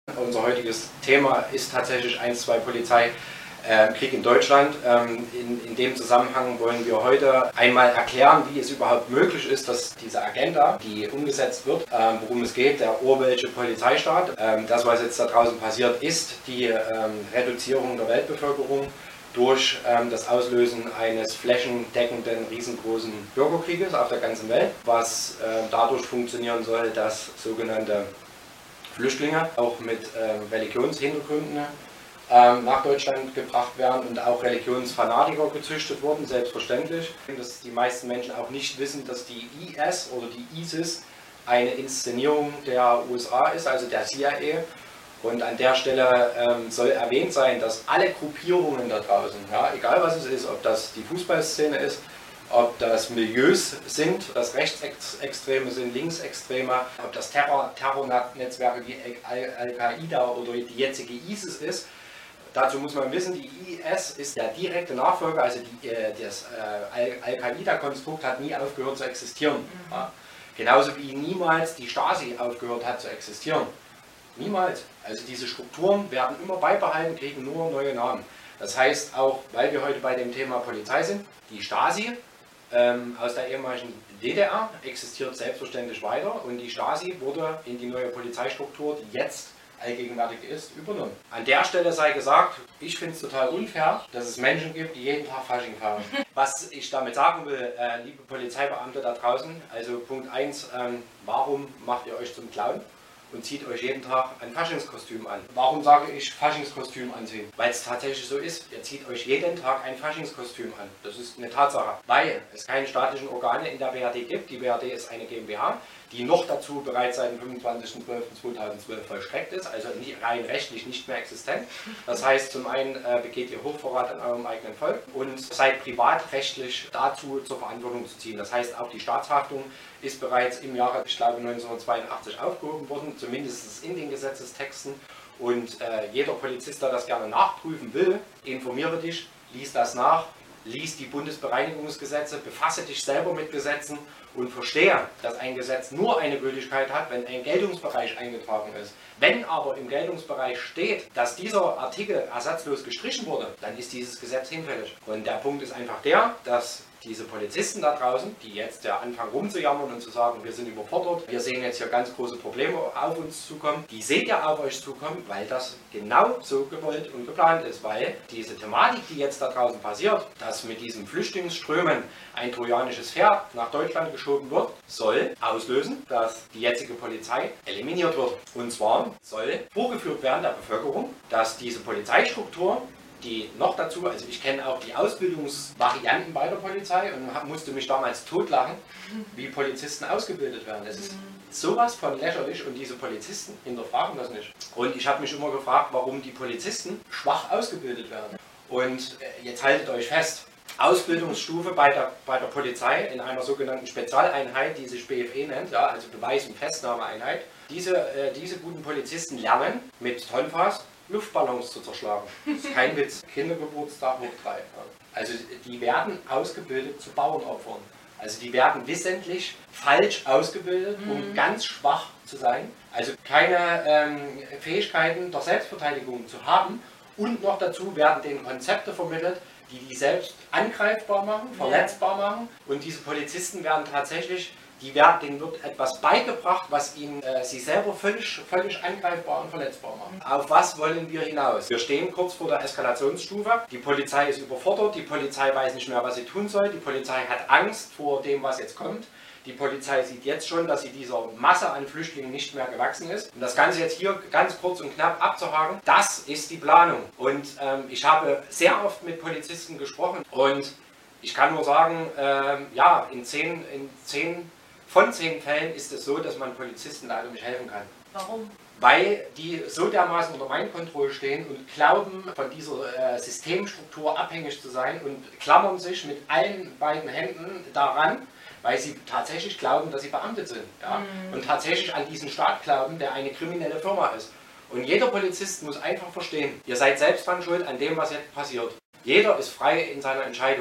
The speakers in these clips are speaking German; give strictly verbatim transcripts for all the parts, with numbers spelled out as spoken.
Unser heutiges Thema ist tatsächlich eins zwei Polizei, äh, Krieg in Deutschland. Ähm, in, in dem Zusammenhang wollen wir heute einmal erklären, wie es überhaupt möglich ist, dass diese Agenda, die umgesetzt wird, ähm, worum es geht, der Orwellsche Polizeistaat. Ähm, das, was jetzt da draußen passiert, ist die ähm, Reduzierung der Weltbevölkerung durch ähm, das Auslösen eines flächendeckenden, riesengroßen Bürgerkrieges auf der ganzen Welt, was äh, dadurch funktionieren soll, dass sogenannte Flüchtlinge auch mit ähm, Religionshintergründen ähm, nach Deutschland gebracht werden und auch Religionsfanatiker gezüchtet wurden, selbstverständlich. Dass die meisten Menschen auch nicht wissen, dass die I S oder die ISIS eine Inszenierung der U S A ist, also der C I A. Und an der Stelle ähm, soll erwähnt sein, dass alle Gruppierungen da draußen, ja, egal was es ist, ob das die Fußballszene ist, ob das Milieus sind, das Rechtsextreme sind, Linksextreme, ob das Terror, Terrornetzwerke wie Al-Qaida oder die jetzige ISIS ist. Dazu muss man wissen, die I S ist der direkte Nachfolger, also die, das Al-Qaida-Konstrukt hat nie aufgehört zu existieren. Mhm. Ja. Genauso wie niemals die Stasi aufgehört hat zu existieren. Niemals. Also diese Strukturen werden immer beibehalten, kriegen nur neue Namen. Das heißt auch, weil wir heute bei dem Thema Polizei sind, die Stasi ähm, aus der ehemaligen D D R existiert selbstverständlich weiter und die Stasi wurde in die neue Polizeistruktur, die jetzt allgegenwärtig ist, übernommen. An der Stelle sei gesagt, ich finde es total unfair, dass es Menschen gibt, die jeden Tag Fasching feiern. Was ich damit sagen will, äh, liebe Polizeibeamte da draußen, also Punkt eins, ähm, warum macht ihr euch zum Clown und zieht euch jeden Tag ein Faschingskostüm an? Warum sage ich Faschingskostüm anziehen? Weil es tatsächlich so ist, ihr zieht euch jeden Tag ein Faschingskostüm an. Das ist eine Tatsache. Weil es keine staatlichen Organe in der B R D gibt. Die B R D ist eine GmbH, die noch dazu bereits seit dem fünfundzwanzigsten zwölften zweitausendzwölf vollstreckt ist, also rein rechtlich nicht mehr existent. Das heißt, zum einen äh, begeht ihr Hochverrat an eurem eigenen Volk und seid privatrechtlich dazu zur Verantwortung zu ziehen. Das heißt, auch die Staatshaftung ist bereits im Jahre, ich glaube, neunzehnhundertzweiundachtzig aufgehoben worden, zumindest in den Gesetzestexten. Und äh, jeder Polizist, der das gerne nachprüfen will, informiere dich, lies das nach, lies die Bundesbereinigungsgesetze, befasse dich selber mit Gesetzen und verstehe, dass ein Gesetz nur eine Gültigkeit hat, wenn ein Geltungsbereich eingetragen ist. Wenn aber im Geltungsbereich steht, dass dieser Artikel ersatzlos gestrichen wurde, dann ist dieses Gesetz hinfällig. Und der Punkt ist einfach der, dass diese Polizisten da draußen, die jetzt ja anfangen rumzujammern und zu sagen, wir sind überfordert, wir sehen jetzt hier ganz große Probleme auf uns zukommen, die seht ihr auf euch zukommen, weil das genau so gewollt und geplant ist, weil diese Thematik, die jetzt da draußen passiert, dass mit diesen Flüchtlingsströmen ein trojanisches Pferd nach Deutschland geschoben wird, soll auslösen, dass die jetzige Polizei eliminiert wird. Und zwar soll vorgeführt werden der Bevölkerung, dass diese Polizeistruktur, die noch dazu, also ich kenne auch die Ausbildungsvarianten bei der Polizei und hab, musste mich damals totlachen, wie Polizisten ausgebildet werden. Das ist sowas von lächerlich und diese Polizisten hinterfragen das nicht. Und ich habe mich immer gefragt, warum die Polizisten schwach ausgebildet werden. Und jetzt haltet euch fest, Ausbildungsstufe bei der, bei der Polizei in einer sogenannten Spezialeinheit, die sich B F E nennt, ja, also Beweis- und Festnahmeeinheit. Diese, äh, diese guten Polizisten lernen mit Tonfas Luftballons zu zerschlagen. Das ist kein Witz. Kindergeburtstag hoch drei. Also die werden ausgebildet zu Bauernopfern. Also die werden wissentlich falsch ausgebildet, um mhm. ganz schwach zu sein. Also keine ähm, Fähigkeiten der Selbstverteidigung zu haben. Und noch dazu werden denen Konzepte vermittelt, die die selbst angreifbar machen, verletzbar machen. Und diese Polizisten werden tatsächlich, die werden, denen wird etwas beigebracht, was ihnen äh, sie selber völlig, völlig angreifbar und verletzbar macht. Auf was wollen wir hinaus? Wir stehen kurz vor der Eskalationsstufe. Die Polizei ist überfordert, die Polizei weiß nicht mehr, was sie tun soll. Die Polizei hat Angst vor dem, was jetzt kommt. Die Polizei sieht jetzt schon, dass sie dieser Masse an Flüchtlingen nicht mehr gewachsen ist. Um das Ganze jetzt hier ganz kurz und knapp abzuhaken, das ist die Planung. Und ähm, ich habe sehr oft mit Polizisten gesprochen und ich kann nur sagen, ähm, ja, in zehn, in zehn von zehn Fällen ist es so, dass man Polizisten leider nicht helfen kann. Warum? Weil die so dermaßen unter Mindcontrol stehen und glauben, von dieser äh, Systemstruktur abhängig zu sein und klammern sich mit allen beiden Händen daran, weil sie tatsächlich glauben, dass sie beamtet sind. Ja? Mhm. Und tatsächlich an diesen Staat glauben, der eine kriminelle Firma ist. Und jeder Polizist muss einfach verstehen, ihr seid selbst dran schuld an dem, was jetzt passiert. Jeder ist frei in seiner Entscheidung.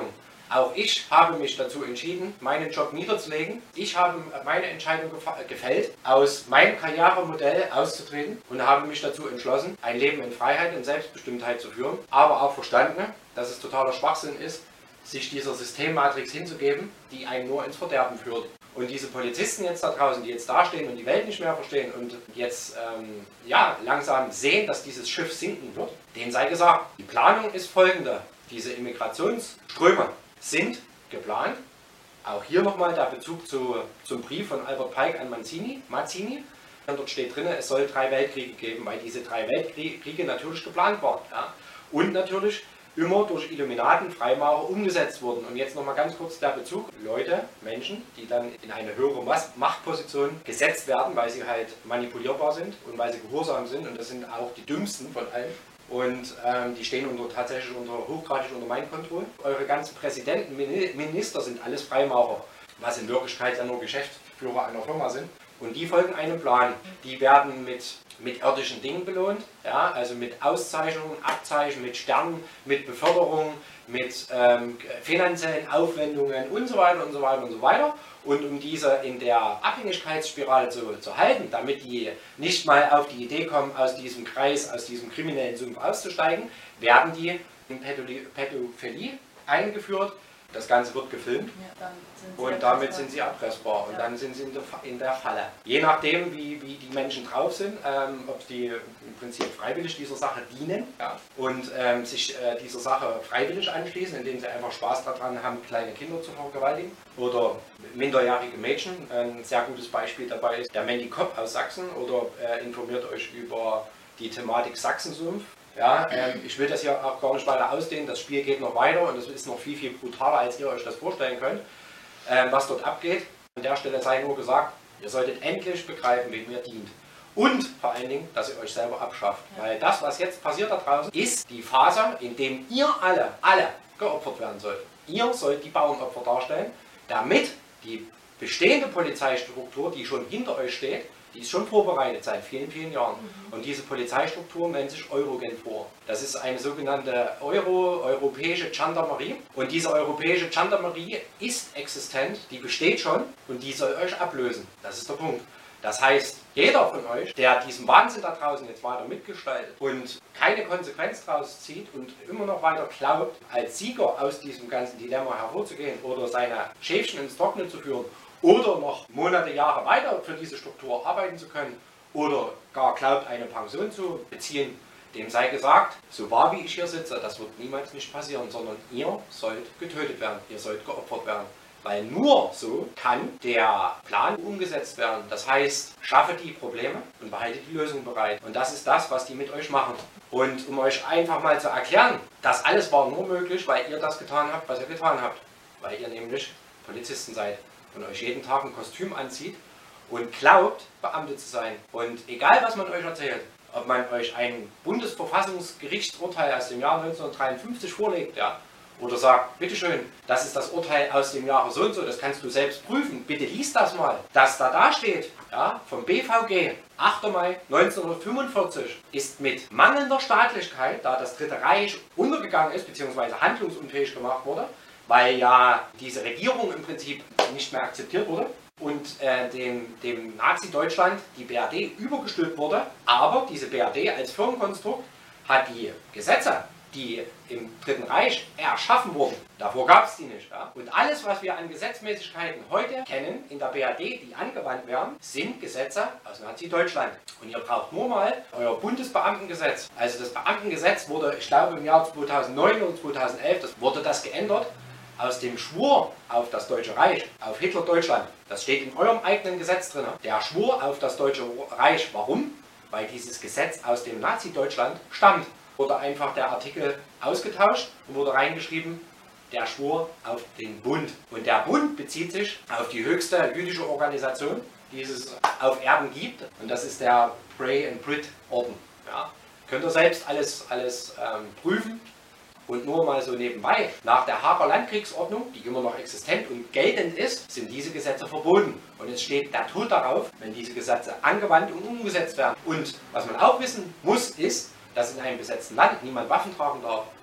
Auch ich habe mich dazu entschieden, meinen Job niederzulegen. Ich habe meine Entscheidung gefällt, aus meinem Karrieremodell auszutreten und habe mich dazu entschlossen, ein Leben in Freiheit und Selbstbestimmtheit zu führen, aber auch verstanden, dass es totaler Schwachsinn ist, sich dieser Systemmatrix hinzugeben, die einen nur ins Verderben führt. Und diese Polizisten jetzt da draußen, die jetzt dastehen und die Welt nicht mehr verstehen und jetzt ähm, ja, langsam sehen, dass dieses Schiff sinken wird, denen sei gesagt, die Planung ist folgende. Diese Immigrationsströme sind geplant. Auch hier nochmal der Bezug zu, zum Brief von Albert Pike an Mazzini. Mazzini. Und dort steht drin, es soll drei Weltkriege geben, weil diese drei Weltkriege natürlich geplant waren. Ja. Und natürlich immer durch Illuminaten, Freimaurer umgesetzt wurden. Und jetzt nochmal ganz kurz der Bezug. Leute, Menschen, die dann in eine höhere Machtposition gesetzt werden, weil sie halt manipulierbar sind und weil sie gehorsam sind. Und das sind auch die dümmsten von allen. Und ähm, die stehen unter, tatsächlich unter, hochgradig unter meinem Kontrolle. Eure ganzen Präsidenten, Minister sind alles Freimaurer, was in Wirklichkeit ja nur Geschäftsführer einer Firma sind. Und die folgen einem Plan. Die werden mit, mit irdischen Dingen belohnt, ja, also mit Auszeichnungen, Abzeichen, mit Sternen, mit Beförderung, mit ähm, finanziellen Aufwendungen und so weiter und so weiter und so weiter. Und um diese in der Abhängigkeitsspirale zu, zu halten, damit die nicht mal auf die Idee kommen, aus diesem Kreis, aus diesem kriminellen Sumpf auszusteigen, werden die in Pädophilie eingeführt. Das Ganze wird gefilmt, ja, und damit sind sie erpressbar und ja. Dann sind sie in der, in der Falle. Je nachdem, wie, wie die Menschen drauf sind, ähm, ob die im Prinzip freiwillig dieser Sache dienen, ja, und ähm, sich äh, dieser Sache freiwillig anschließen, indem sie einfach Spaß daran haben, kleine Kinder zu vergewaltigen oder minderjährige Mädchen. Ein sehr gutes Beispiel dabei ist der Mandy Kopp aus Sachsen, oder äh, informiert euch über die Thematik Sachsensumpf. Ja, ähm, ich will das hier auch gar nicht weiter ausdehnen, das Spiel geht noch weiter und es ist noch viel, viel brutaler, als ihr euch das vorstellen könnt, ähm, was dort abgeht. An der Stelle sei nur gesagt, ihr solltet endlich begreifen, wem ihr dient. Und vor allen Dingen, dass ihr euch selber abschafft. Ja. Weil das, was jetzt passiert da draußen, ist die Phase, in der ihr alle, alle geopfert werden sollt. Ihr sollt die Bauernopfer darstellen, damit die bestehende Polizeistruktur, die schon hinter euch steht, die ist schon vorbereitet seit vielen, vielen Jahren. Mhm. Und diese Polizeistruktur nennt sich Eurogenfor. Das ist eine sogenannte Euro, europäische Gendarmerie. Und diese europäische Gendarmerie ist existent, die besteht schon und die soll euch ablösen. Das ist der Punkt. Das heißt, jeder von euch, der diesen Wahnsinn da draußen jetzt weiter mitgestaltet und keine Konsequenz daraus zieht und immer noch weiter glaubt, als Sieger aus diesem ganzen Dilemma hervorzugehen oder seine Schäfchen ins Trockene zu führen, oder noch Monate, Jahre weiter für diese Struktur arbeiten zu können oder gar glaubt, eine Pension zu beziehen, dem sei gesagt, so wahr wie ich hier sitze, das wird niemals nicht passieren, sondern ihr sollt getötet werden, ihr sollt geopfert werden. Weil nur so kann der Plan umgesetzt werden. Das heißt, schaffe die Probleme und behalte die Lösung bereit. Und das ist das, was die mit euch machen. Und um euch einfach mal zu erklären, das alles war nur möglich, weil ihr das getan habt, was ihr getan habt. Weil ihr nämlich Polizisten seid und euch jeden Tag ein Kostüm anzieht und glaubt, Beamte zu sein. Und egal, was man euch erzählt, ob man euch ein Bundesverfassungsgerichtsurteil aus dem Jahr neunzehnhundertdreiundfünfzig vorlegt, ja, oder sagt, bitteschön, das ist das Urteil aus dem Jahre so und so, das kannst du selbst prüfen, bitte lies das mal. Das da da steht, ja, vom B V G, achter Mai neunzehnhundertfünfundvierzig, ist mit mangelnder Staatlichkeit, da das Dritte Reich untergegangen ist, beziehungsweise handlungsunfähig gemacht wurde, weil ja diese Regierung im Prinzip nicht mehr akzeptiert wurde und äh, dem, dem Nazi-Deutschland die B R D übergestülpt wurde. Aber diese B R D als Firmenkonstrukt hat die Gesetze, die im Dritten Reich erschaffen wurden, davor gab es die nicht. Ja? Und alles, was wir an Gesetzmäßigkeiten heute kennen in der B R D, die angewandt werden, sind Gesetze aus Nazi-Deutschland. Und ihr braucht nur mal euer Bundesbeamtengesetz. Also das Beamtengesetz wurde, ich glaube im Jahr zweitausendneun oder zweitausendelf, das wurde das geändert aus dem Schwur auf das Deutsche Reich, auf Hitler-Deutschland. Das steht in eurem eigenen Gesetz drin. Der Schwur auf das Deutsche Reich. Warum? Weil dieses Gesetz aus dem Nazi-Deutschland stammt. Wurde einfach der Artikel ausgetauscht und wurde reingeschrieben, der Schwur auf den Bund. Und der Bund bezieht sich auf die höchste jüdische Organisation, die es auf Erden gibt. Und das ist der Bray and Britt Orden. Ja. Könnt ihr selbst alles, alles ähm, prüfen. Und nur mal so nebenbei, nach der Haager Landkriegsordnung, die immer noch existent und geltend ist, sind diese Gesetze verboten. Und es steht der Tod darauf, wenn diese Gesetze angewandt und umgesetzt werden. Und was man auch wissen muss, ist, dass in einem besetzten Land niemand Waffen tragen darf.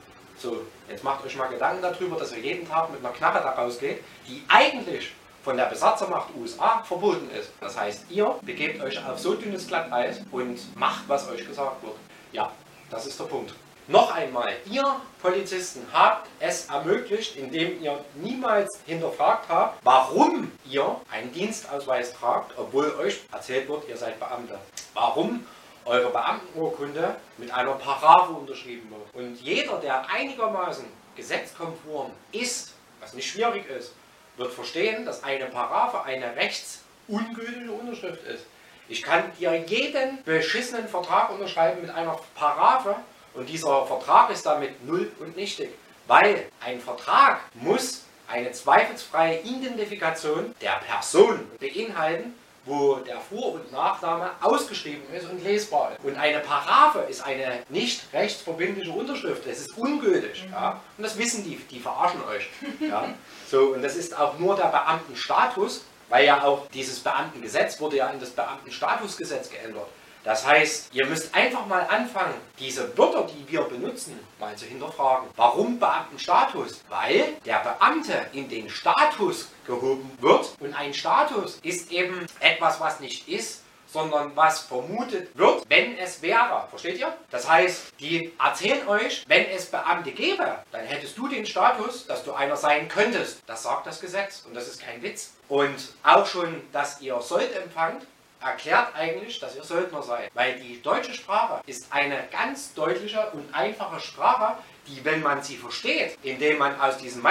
So, jetzt macht euch mal Gedanken darüber, dass ihr jeden Tag mit einer Knarre da rausgeht, die eigentlich von der Besatzermacht U S A verboten ist. Das heißt, ihr begebt euch auf so dünnes Glatteis und macht, was euch gesagt wird. Ja, das ist der Punkt. Noch einmal, ihr Polizisten habt es ermöglicht, indem ihr niemals hinterfragt habt, warum ihr einen Dienstausweis tragt, obwohl euch erzählt wird, ihr seid Beamte. Warum eure Beamtenurkunde mit einer Paraphe unterschrieben wird. Und jeder, der einigermaßen gesetzkonform ist, was nicht schwierig ist, wird verstehen, dass eine Paraphe eine rechtsungültige Unterschrift ist. Ich kann dir jeden beschissenen Vertrag unterschreiben mit einer Paraphe und dieser Vertrag ist damit null und nichtig. Weil ein Vertrag muss eine zweifelsfreie Identifikation der Person beinhalten, wo der Vor- und Nachname ausgeschrieben ist und lesbar ist. Und eine Paraphe ist eine nicht rechtsverbindliche Unterschrift. Das ist ungültig. Mhm. Ja? Und das wissen die, die verarschen euch. Ja? So, und das ist auch nur der Beamtenstatus, weil ja auch dieses Beamtengesetz wurde ja in das Beamtenstatusgesetz geändert. Das heißt, ihr müsst einfach mal anfangen, diese Wörter, die wir benutzen, mal zu hinterfragen. Warum Beamtenstatus? Weil der Beamte in den Status gehoben wird und ein Status ist eben etwas, was nicht ist, sondern was vermutet wird, wenn es wäre. Versteht ihr? Das heißt, die erzählen euch, wenn es Beamte gäbe, dann hättest du den Status, dass du einer sein könntest. Das sagt das Gesetz und das ist kein Witz. Und auch schon, dass ihr Sold empfangt, erklärt eigentlich, dass ihr Söldner seid. Weil die deutsche Sprache ist eine ganz deutliche und einfache Sprache, die, wenn man sie versteht, indem man aus diesem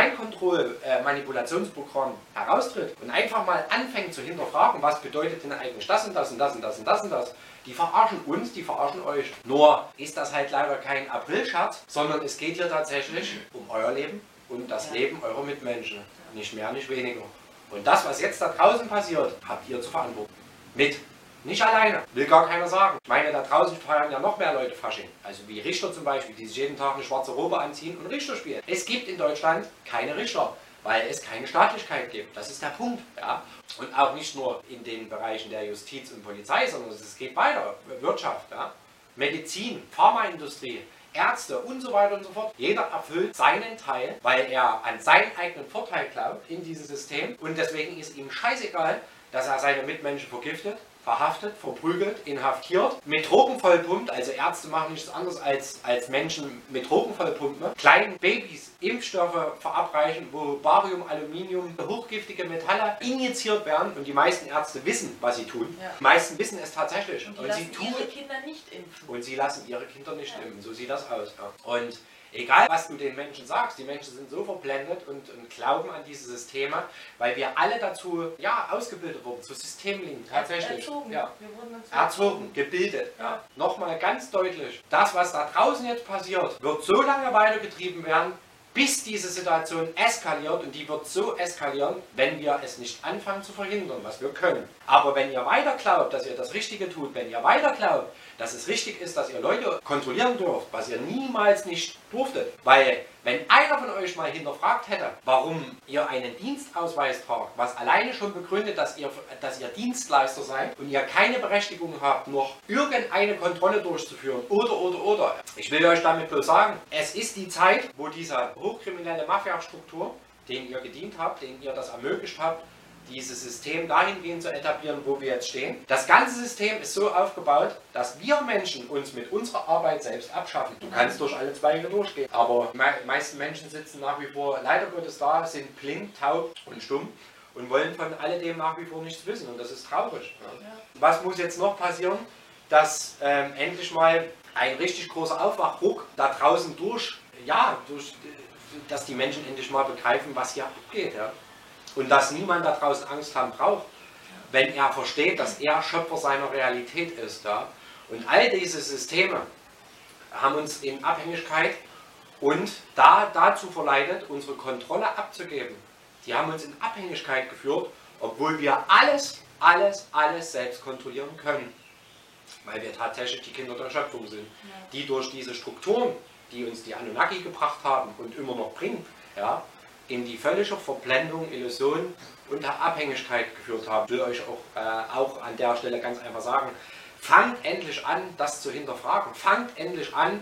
Mind-Control-Manipulationsprogramm heraustritt und einfach mal anfängt zu hinterfragen, was bedeutet denn eigentlich das und das und das und das und das und das. Die verarschen uns, die verarschen euch. Nur ist das halt leider kein Aprilscherz, sondern es geht hier tatsächlich um euer Leben und das ja. Leben eurer Mitmenschen. Nicht mehr, nicht weniger. Und das, was jetzt da draußen passiert, habt ihr zu verantworten. Mit. Nicht alleine. Will gar keiner sagen. Ich meine, da draußen feiern ja noch mehr Leute Fasching. Also wie Richter zum Beispiel, die sich jeden Tag eine schwarze Robe anziehen und Richter spielen. Es gibt in Deutschland keine Richter, weil es keine Staatlichkeit gibt. Das ist der Punkt. Ja? Und auch nicht nur in den Bereichen der Justiz und Polizei, sondern es geht weiter. Wirtschaft, ja? Medizin, Pharmaindustrie, Ärzte und so weiter und so fort. Jeder erfüllt seinen Teil, weil er an seinen eigenen Vorteil glaubt in diesem System. Und deswegen ist ihm scheißegal, dass er seine Mitmenschen vergiftet, verhaftet, verprügelt, inhaftiert, mit Drogen vollpumpt, also Ärzte machen nichts anderes als, als Menschen mit Drogen vollpumpen, kleinen Babys Impfstoffe verabreichen, wo Barium, Aluminium, hochgiftige Metalle injiziert werden und die meisten Ärzte wissen, was sie tun. Ja. Die meisten wissen es tatsächlich. Und die und lassen sie tun, ihre Kinder nicht impfen. Und sie lassen ihre Kinder nicht ja. impfen, so sieht das aus. Ja. Und egal, was du den Menschen sagst, die Menschen sind so verblendet und, und glauben an diese Systeme, weil wir alle dazu ja, ausgebildet wurden, zu Systemlinken, tatsächlich. Erzogen. Ja. Wir wurden uns erzogen, gebildet. Ja. Ja. Nochmal ganz deutlich, das, was da draußen jetzt passiert, wird so lange weitergetrieben werden, bis diese Situation eskaliert, und die wird so eskalieren, wenn wir es nicht anfangen zu verhindern, was wir können. Aber wenn ihr weiter glaubt, dass ihr das Richtige tut, wenn ihr weiter glaubt, dass es richtig ist, dass ihr Leute kontrollieren dürft, was ihr niemals nicht durftet, weil wenn einer von euch mal hinterfragt hätte, warum ihr einen Dienstausweis tragt, was alleine schon begründet, dass ihr, dass ihr Dienstleister seid und ihr keine Berechtigung habt, noch irgendeine Kontrolle durchzuführen oder, oder, oder. Ich will euch damit bloß sagen, es ist die Zeit, wo diese hochkriminelle Mafia-Struktur, denen ihr gedient habt, denen ihr das ermöglicht habt, dieses System dahingehend zu etablieren, wo wir jetzt stehen. Das ganze System ist so aufgebaut, dass wir Menschen uns mit unserer Arbeit selbst abschaffen. Du kannst durch alle Zweige durchgehen, aber die meisten Menschen sitzen nach wie vor leider Gottes da, sind blind, taub und stumm und wollen von alledem nach wie vor nichts wissen, und das ist traurig. Ja. Was muss jetzt noch passieren, dass ähm, endlich mal ein richtig großer Aufwachruck da draußen durch, ja, durch, dass die Menschen endlich mal begreifen, was hier abgeht. Ja. Und dass niemand da draußen Angst haben braucht, wenn er versteht, dass er Schöpfer seiner Realität ist. Ja? Und all diese Systeme haben uns in Abhängigkeit und da, dazu verleitet, unsere Kontrolle abzugeben. Die haben uns in Abhängigkeit geführt, obwohl wir alles, alles, alles selbst kontrollieren können. Weil wir tatsächlich die Kinder der Schöpfung sind, die durch diese Strukturen, die uns die Anunnaki gebracht haben und immer noch bringen, ja, in die völlige Verblendung, Illusion und Abhängigkeit geführt haben. Ich will euch auch, äh, auch an der Stelle ganz einfach sagen, fangt endlich an, das zu hinterfragen. Fangt endlich an,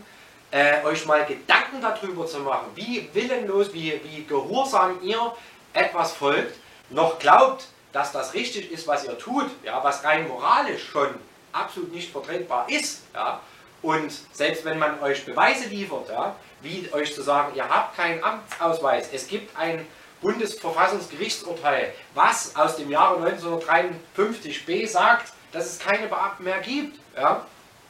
äh, euch mal Gedanken darüber zu machen, wie willenlos, wie, wie gehorsam ihr etwas folgt, noch glaubt, dass das richtig ist, was ihr tut, ja, was rein moralisch schon absolut nicht vertretbar ist. Ja, und selbst wenn man euch Beweise liefert, ja, wie euch zu sagen, ihr habt keinen Amtsausweis, es gibt ein Bundesverfassungsgerichtsurteil, was aus dem Jahre neunzehnhundertdreiundfünfzig b sagt, dass es keine Beamten mehr gibt, ja,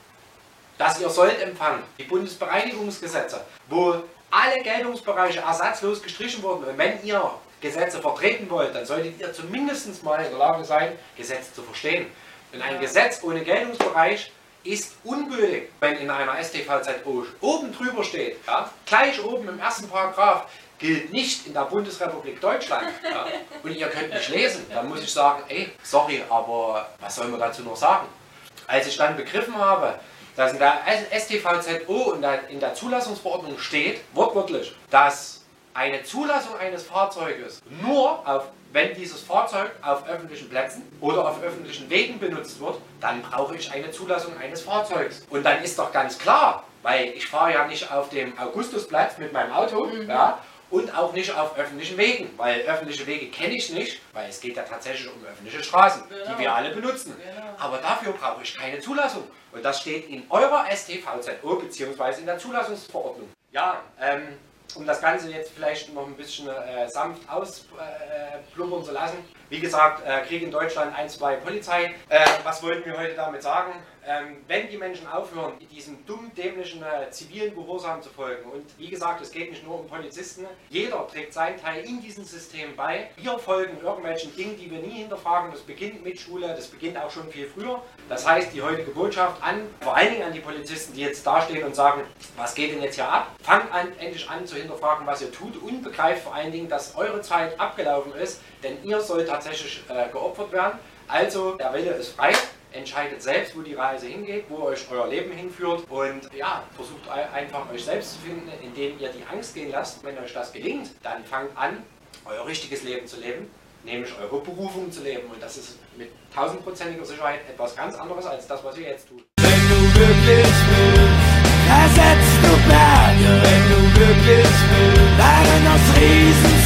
dass ihr Sold empfangt, die Bundesbereinigungsgesetze, wo alle Geltungsbereiche ersatzlos gestrichen wurden. Und wenn ihr Gesetze vertreten wollt, dann solltet ihr zumindest mal in der Lage sein, Gesetze zu verstehen. Und ein Gesetz ohne Geltungsbereich ist ungültig, wenn in einer S t V Z O oben drüber steht, ja, gleich oben im ersten Paragraph, gilt nicht in der Bundesrepublik Deutschland, ja, und ihr könnt nicht lesen, dann muss ich sagen, ey, sorry, aber was soll man dazu noch sagen? Als ich dann begriffen habe, dass in der S t V Z O und in der Zulassungsverordnung steht, wortwörtlich, dass eine Zulassung eines Fahrzeuges nur, auf, wenn dieses Fahrzeug auf öffentlichen Plätzen oder auf öffentlichen Wegen benutzt wird, dann brauche ich eine Zulassung eines Fahrzeugs. Und dann ist doch ganz klar, weil ich fahre ja nicht auf dem Augustusplatz mit meinem Auto, mhm. ja, und auch nicht auf öffentlichen Wegen, weil öffentliche Wege kenne ich nicht, weil es geht ja tatsächlich um öffentliche Straßen, genau. die wir alle benutzen. Genau. Aber dafür brauche ich keine Zulassung. Und das steht in eurer S t V Z O bzw. in der Zulassungsverordnung. Ja, ähm, um das Ganze jetzt vielleicht noch ein bisschen äh, sanft ausplumpern äh, zu lassen. Wie gesagt, äh, Krieg in Deutschland, eins zwei Polizei. Äh, was wollten wir heute damit sagen? Ähm, wenn die Menschen aufhören, diesem dumm dämlichen äh, zivilen Gehorsam zu folgen, und wie gesagt, es geht nicht nur um Polizisten, jeder trägt seinen Teil in diesem System bei. Wir folgen irgendwelchen Dingen, die wir nie hinterfragen. Das beginnt mit Schule, das beginnt auch schon viel früher. Das heißt, die heutige Botschaft an, vor allen Dingen an die Polizisten, die jetzt dastehen und sagen, was geht denn jetzt hier ab? Fangt an, endlich an zu hinterfragen, was ihr tut, und begreift vor allen Dingen, dass eure Zeit abgelaufen ist, denn ihr sollt tatsächlich äh, geopfert werden. Also, der Wille ist frei. Entscheidet selbst, wo die Reise hingeht, wo euch euer Leben hinführt, und ja, versucht einfach euch selbst zu finden, indem ihr die Angst gehen lasst. Wenn euch das gelingt, dann fangt an, euer richtiges Leben zu leben, nämlich eure Berufung zu leben, und das ist mit tausendprozentiger Sicherheit etwas ganz anderes als das, was ihr jetzt tut. Wenn du wirklich willst, ersetzt du Berge. Wenn du wirklich willst, werden aus Riesen